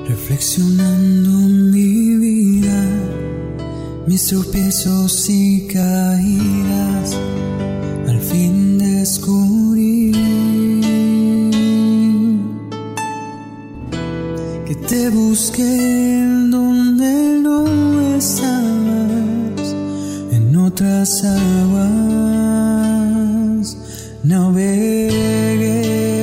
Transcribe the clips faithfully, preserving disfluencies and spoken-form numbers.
Reflexionando mi vida, mis tropiezos y caídas, al fin descubrí que te busqué donde no estabas, en otras aguas navegué.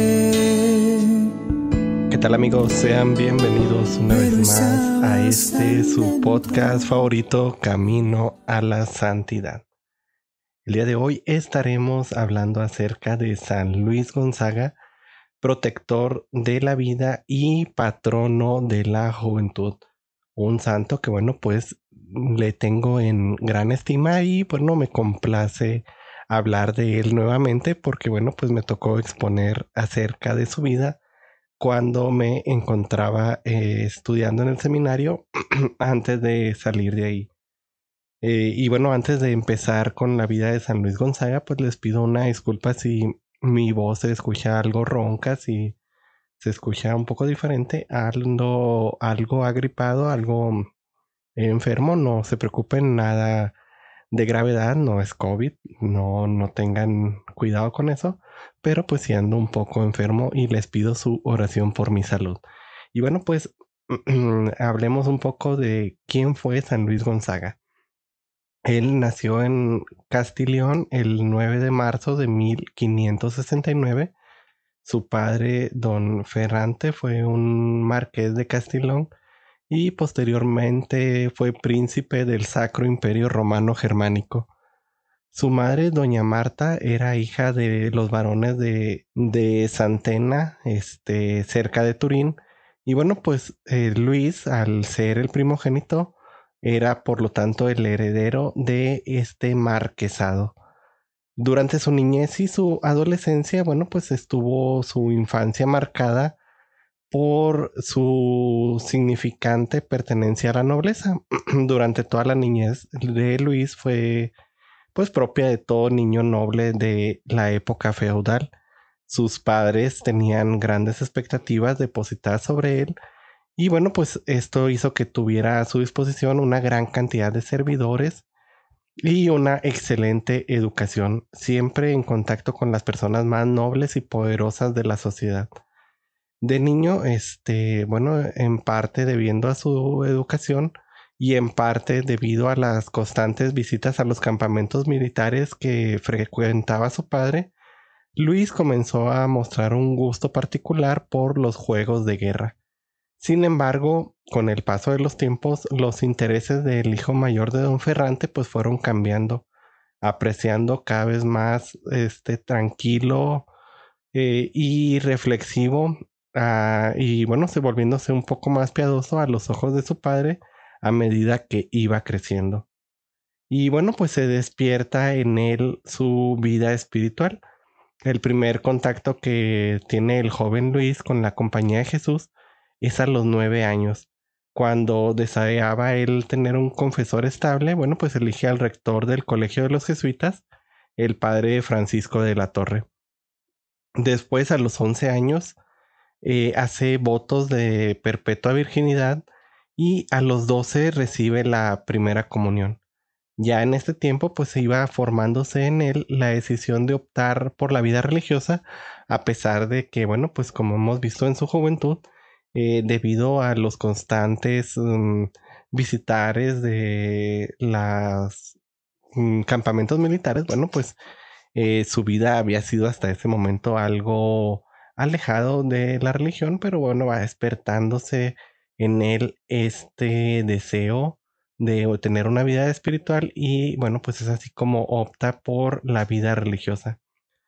¿Qué tal, amigos? Sean bienvenidos una vez más a este su podcast favorito, Camino a la Santidad. El día de hoy estaremos hablando acerca de San Luis Gonzaga, protector de la vida y patrono de la juventud. Un santo que, bueno, pues le tengo en gran estima y, bueno, me complace hablar de él nuevamente porque, bueno, pues me tocó exponer acerca de su vida cuando me encontraba eh, estudiando en el seminario antes de salir de ahí. Eh, y bueno, antes de empezar con la vida de San Luis Gonzaga, pues les pido una disculpa si mi voz se escucha algo ronca, si se escucha un poco diferente, algo, algo agripado, algo enfermo. No se preocupen, nada de gravedad, no es COVID, no, no tengan cuidado con eso, pero pues sí ando un poco enfermo y les pido su oración por mi salud. Y bueno, pues hablemos un poco de quién fue San Luis Gonzaga. Él nació en Castillón el nueve de marzo de mil quinientos sesenta y nueve. Su padre, don Ferrante, fue un marqués de Castillón y posteriormente fue príncipe del Sacro Imperio Romano Germánico. Su madre, doña Marta, era hija de los varones de, de Santena, este, cerca de Turín. Y bueno, pues eh, Luis, al ser el primogénito, era por lo tanto el heredero de este marquesado. Durante su niñez y su adolescencia, bueno, pues estuvo su infancia marcada por su significante pertenencia a la nobleza. Durante toda la niñez de Luis fue pues propia de todo niño noble de la época feudal. Sus padres tenían grandes expectativas depositadas sobre él y bueno, pues esto hizo que tuviera a su disposición una gran cantidad de servidores y una excelente educación, siempre en contacto con las personas más nobles y poderosas de la sociedad. De niño, este, bueno, en parte debiendo a su educación y en parte debido a las constantes visitas a los campamentos militares que frecuentaba su padre, Luis comenzó a mostrar un gusto particular por los juegos de guerra. Sin embargo, con el paso de los tiempos, los intereses del hijo mayor de don Ferrante pues fueron cambiando, apreciando cada vez más este tranquilo eh, y reflexivo, uh, y bueno, se volviéndose un poco más piadoso a los ojos de su padre a medida que iba creciendo. Y bueno, pues se despierta en él su vida espiritual. El primer contacto que tiene el joven Luis con la compañía de Jesús es a los nueve años. Cuando deseaba él tener un confesor estable, bueno, pues elige al rector del colegio de los jesuitas, el padre Francisco de la Torre. Después, a los once años, eh, hace votos de perpetua virginidad y a los doce recibe la primera comunión. Ya en este tiempo, pues se iba formándose en él la decisión de optar por la vida religiosa, a pesar de que, bueno, pues como hemos visto en su juventud, eh, debido a los constantes um, visitares de los um, campamentos militares, bueno, pues eh, su vida había sido hasta ese momento algo alejado de la religión, pero bueno, va despertándose en él este deseo de tener una vida espiritual y bueno, pues es así como opta por la vida religiosa.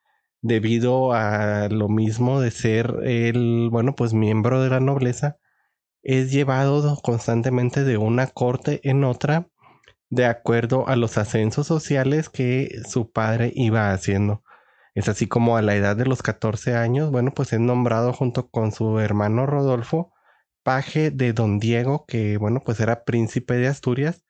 Debido a lo mismo de ser el, bueno, pues miembro de la nobleza, es llevado constantemente de una corte en otra de acuerdo a los ascensos sociales que su padre iba haciendo. Es así como a la edad de los catorce años, bueno, pues es nombrado junto con su hermano Rodolfo paje de don Diego, que bueno, pues era príncipe de Asturias,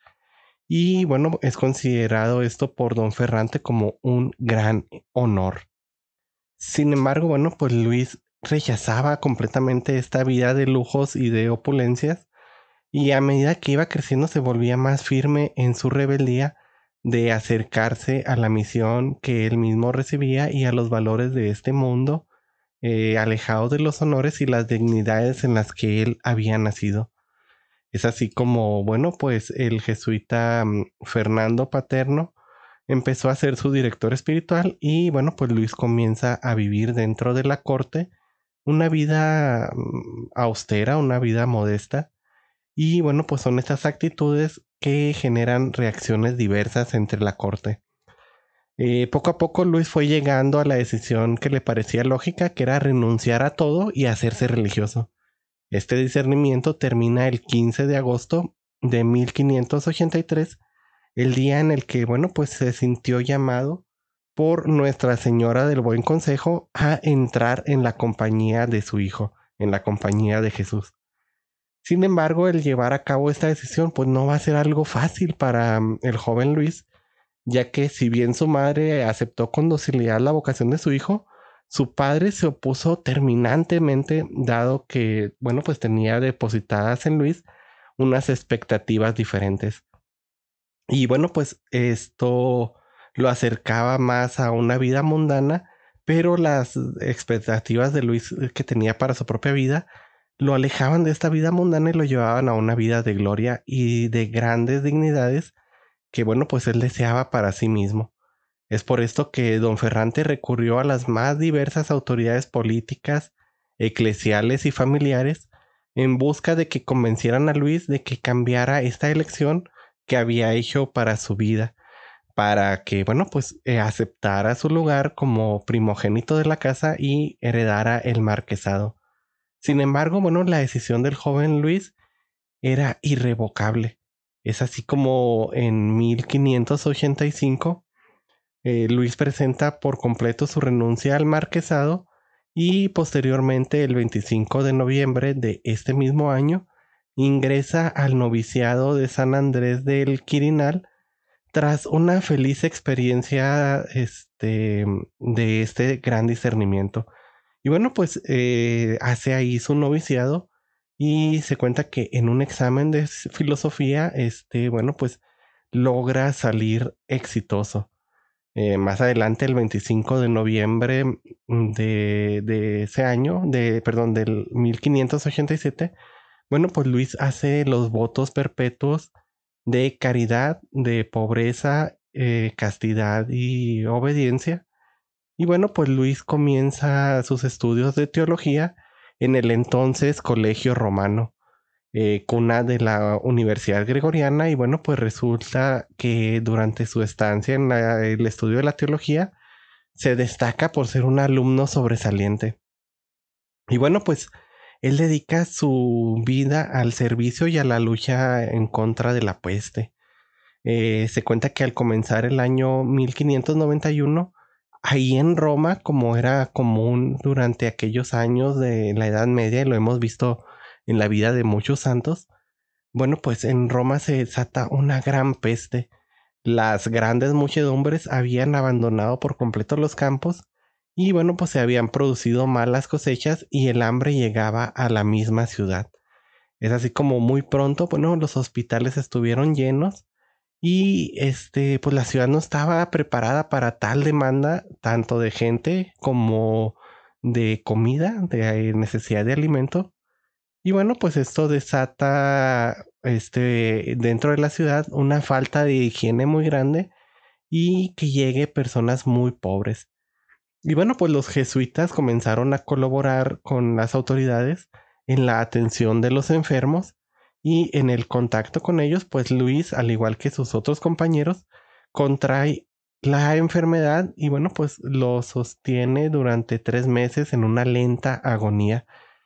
y bueno, es considerado esto por don Ferrante como un gran honor. Sin embargo, bueno, pues Luis rechazaba completamente esta vida de lujos y de opulencias, y a medida que iba creciendo se volvía más firme en su rebeldía de acercarse a la misión que él mismo recibía y a los valores de este mundo, eh, alejado de los honores y las dignidades en las que él había nacido. Es así como, bueno, pues el jesuita mm, Fernando Paterno empezó a ser su director espiritual y bueno, pues Luis comienza a vivir dentro de la corte una vida mm, austera, una vida modesta. Y bueno, pues son estas actitudes que generan reacciones diversas entre la corte. Eh, poco a poco Luis fue llegando a la decisión que le parecía lógica, que era renunciar a todo y hacerse religioso. Este discernimiento termina el quince de agosto de mil quinientos ochenta y tres, el día en el que, bueno, pues se sintió llamado por Nuestra Señora del Buen Consejo a entrar en la compañía de su hijo, en la compañía de Jesús. Sin embargo, el llevar a cabo esta decisión, pues no va a ser algo fácil para mm, el joven Luis, ya que si bien su madre aceptó con docilidad la vocación de su hijo, su padre se opuso terminantemente, dado que, bueno, pues tenía depositadas en Luis unas expectativas diferentes. Y bueno, pues esto lo acercaba más a una vida mundana, pero las expectativas de Luis eh, que tenía para su propia vida lo alejaban de esta vida mundana y lo llevaban a una vida de gloria y de grandes dignidades que, bueno, pues él deseaba para sí mismo. Es por esto que don Ferrante recurrió a las más diversas autoridades políticas, eclesiales y familiares en busca de que convencieran a Luis de que cambiara esta elección que había hecho para su vida, para que, bueno, pues eh, aceptara su lugar como primogénito de la casa y heredara el marquesado. Sin embargo, bueno, la decisión del joven Luis era irrevocable. Es así como en mil quinientos ochenta y cinco eh, Luis presenta por completo su renuncia al marquesado y posteriormente el veinticinco de noviembre de este mismo año ingresa al noviciado de San Andrés del Quirinal tras una feliz experiencia este, de este gran discernimiento. Y bueno, pues eh, hace ahí su noviciado y se cuenta que en un examen de filosofía, este, bueno, pues logra salir exitoso. Eh, más adelante, el veinticinco de noviembre mm, de, de ese año, de, perdón, del mil quinientos ochenta y siete, bueno, pues Luis hace los votos perpetuos de caridad, de pobreza, eh, castidad y obediencia. Y bueno, pues Luis comienza sus estudios de teología en el entonces Colegio Romano, eh, cuna de la Universidad Gregoriana. Y bueno, pues resulta que durante su estancia en la- el estudio de la teología se destaca por ser un alumno sobresaliente. Y bueno, pues él dedica su vida al servicio y a la lucha en contra de la peste. Eh, se cuenta que al comenzar el año mil quinientos noventa y uno, ahí en Roma, como era común durante aquellos años de la Edad Media, y lo hemos visto en la vida de muchos santos, bueno, pues en Roma se desata una gran peste. Las grandes muchedumbres habían abandonado por completo los campos y bueno, pues se habían producido malas cosechas y el hambre llegaba a la misma ciudad. Es así como muy pronto, bueno, los hospitales estuvieron llenos y este, pues la ciudad no estaba preparada para tal demanda, tanto de gente como de comida, de necesidad de alimento. Y bueno, pues esto desata este, dentro de la ciudad una falta de higiene muy grande y que llegue personas muy pobres. Y bueno, pues los jesuitas comenzaron a colaborar con las autoridades en la atención de los enfermos y en el contacto con ellos, pues Luis, al igual que sus otros compañeros, contrae la enfermedad y bueno, pues lo sostiene durante tres meses en una lenta agonía.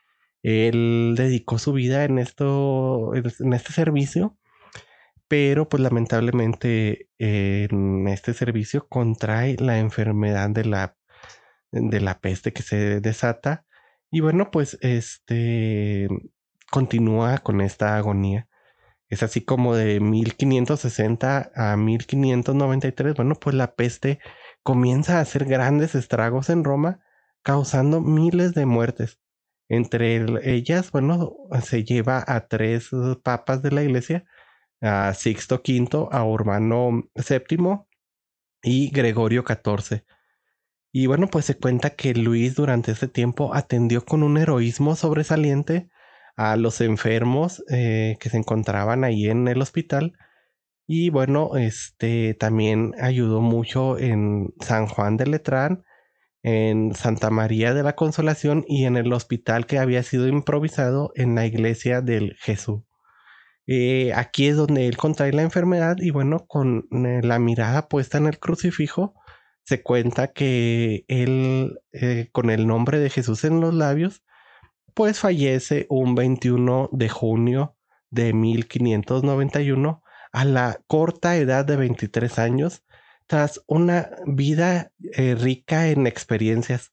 Él dedicó su vida en esto, en este servicio, pero pues lamentablemente eh, en este servicio contrae la enfermedad de la de la peste que se desata y bueno, pues este continúa con esta agonía. Es así como de mil quinientos sesenta a mil quinientos noventa y tres, bueno, pues la peste comienza a hacer grandes estragos en Roma, causando miles de muertes. Entre el- ellas, bueno, se lleva a tres eh, papas de la iglesia, a Sixto quinto, a Urbano séptimo y Gregorio catorce. Y bueno, pues se cuenta que Luis durante ese tiempo atendió con un heroísmo sobresaliente a los enfermos eh, que se encontraban ahí en el hospital. Y bueno, este también ayudó mucho en San Juan de Letrán, en Santa María de la Consolación y en el hospital que había sido improvisado en la iglesia del Jesús. Eh, aquí es donde él contrae la enfermedad y bueno, con eh, la mirada puesta en el crucifijo, se cuenta que él, eh, con el nombre de Jesús en los labios, pues fallece un veintiuno de junio de mil quinientos noventa y uno a la corta edad de veintitrés años, tras una vida eh, rica en experiencias.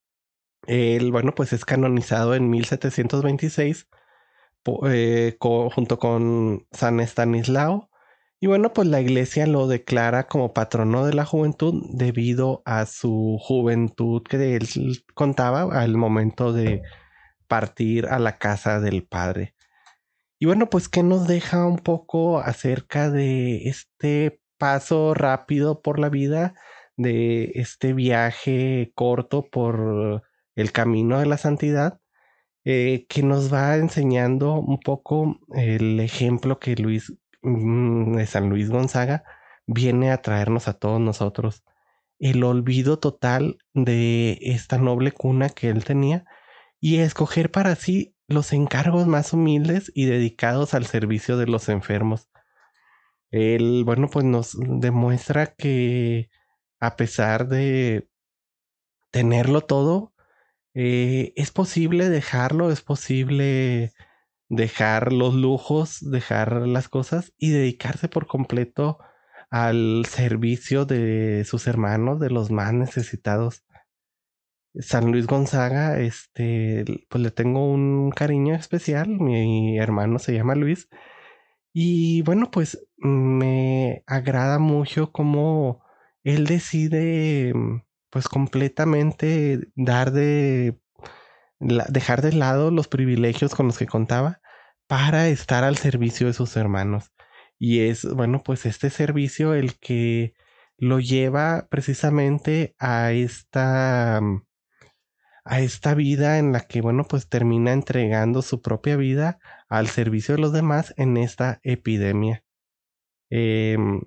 Él, bueno, pues es canonizado en mil setecientos veintiséis po- eh, co- junto con San Estanislao. Y bueno, pues la iglesia lo declara como patrono de la juventud debido a su juventud que él contaba al momento de partir a la casa del Padre. Y bueno, pues que nos deja un poco acerca de este paso rápido por la vida, de este viaje corto por el camino de la santidad, eh, que nos va enseñando un poco el ejemplo que Luis mm, de San Luis Gonzaga viene a traernos a todos nosotros. El olvido total de esta noble cuna que él tenía y escoger para sí los encargos más humildes y dedicados al servicio de los enfermos. Él, bueno, pues nos demuestra que a pesar de tenerlo todo, eh, es posible dejarlo, es posible dejar los lujos, dejar las cosas y dedicarse por completo al servicio de sus hermanos, de los más necesitados. San Luis Gonzaga, este, pues le tengo un cariño especial. Mi hermano se llama Luis. Y bueno, pues me agrada mucho cómo él decide, mm, pues completamente dar de, la- dejar de lado los privilegios con los que contaba para estar al servicio de sus hermanos. Y es, bueno, pues este servicio el que lo lleva precisamente a esta mm, a esta vida en la que, bueno, pues termina entregando su propia vida al servicio de los demás en esta epidemia. Em,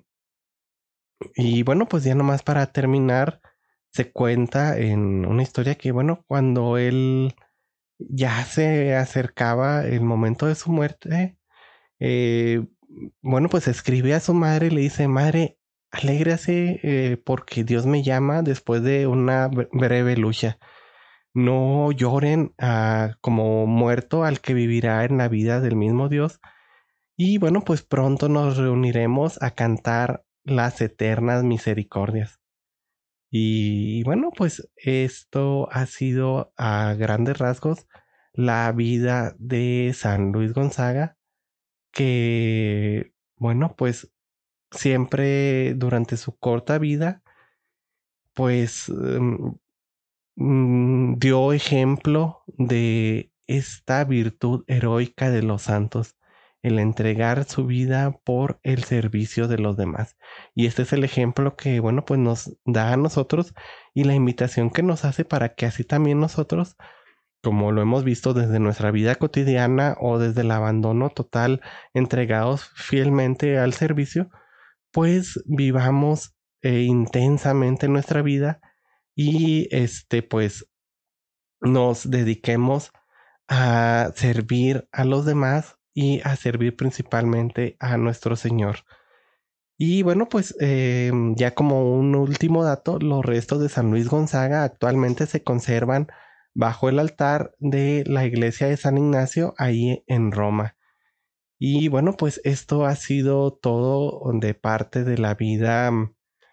y bueno, pues ya nomás para terminar, se cuenta en una historia que, bueno, cuando él ya se acercaba el momento de su muerte, eh, bueno, pues escribe a su madre y le dice, madre, alégrase eh, porque Dios me llama después de una bre- breve lucha. No lloren ah, como muerto al que vivirá en la vida del mismo Dios. Y bueno, pues pronto nos reuniremos a cantar las eternas misericordias. Y bueno, pues esto ha sido a grandes rasgos la vida de San Luis Gonzaga, que bueno, pues siempre durante su corta vida, pues em, mm, dio ejemplo de esta virtud heroica de los santos, el entregar su vida por el servicio de los demás. Y este es el ejemplo que, bueno, pues nos da a nosotros y la invitación que nos hace para que así también nosotros, como lo hemos visto desde nuestra vida cotidiana o desde el abandono total, entregados fielmente al servicio, pues vivamos eh, intensamente nuestra vida y este pues nos dediquemos a servir a los demás y a servir principalmente a nuestro Señor. Y bueno, pues eh, ya como un último dato, los restos de San Luis Gonzaga actualmente se conservan bajo el altar de la iglesia de San Ignacio ahí en Roma. Y bueno, pues esto ha sido todo de parte de la vida mm,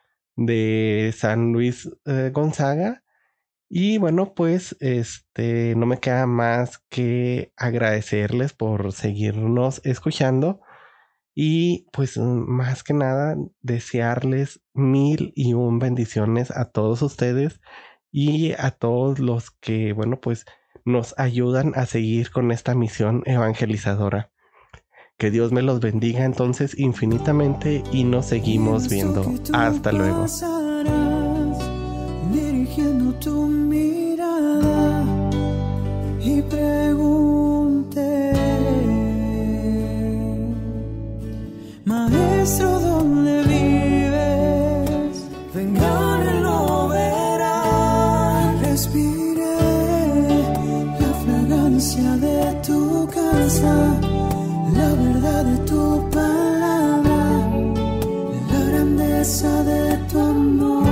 de San Luis eh, Gonzaga. Y bueno, pues este no me queda más que agradecerles por seguirnos escuchando y pues más que nada desearles mil y un bendiciones a todos ustedes y a todos los que, bueno, pues nos ayudan a seguir con esta misión evangelizadora. Que Dios me los bendiga entonces infinitamente y nos seguimos viendo. Hasta luego. Dirigiendo tu mirada y pregunté, Maestro, ¿dónde vives? Vengan, él lo verá. Respiré la fragancia de tu casa, la verdad de tu palabra, la grandeza de tu amor.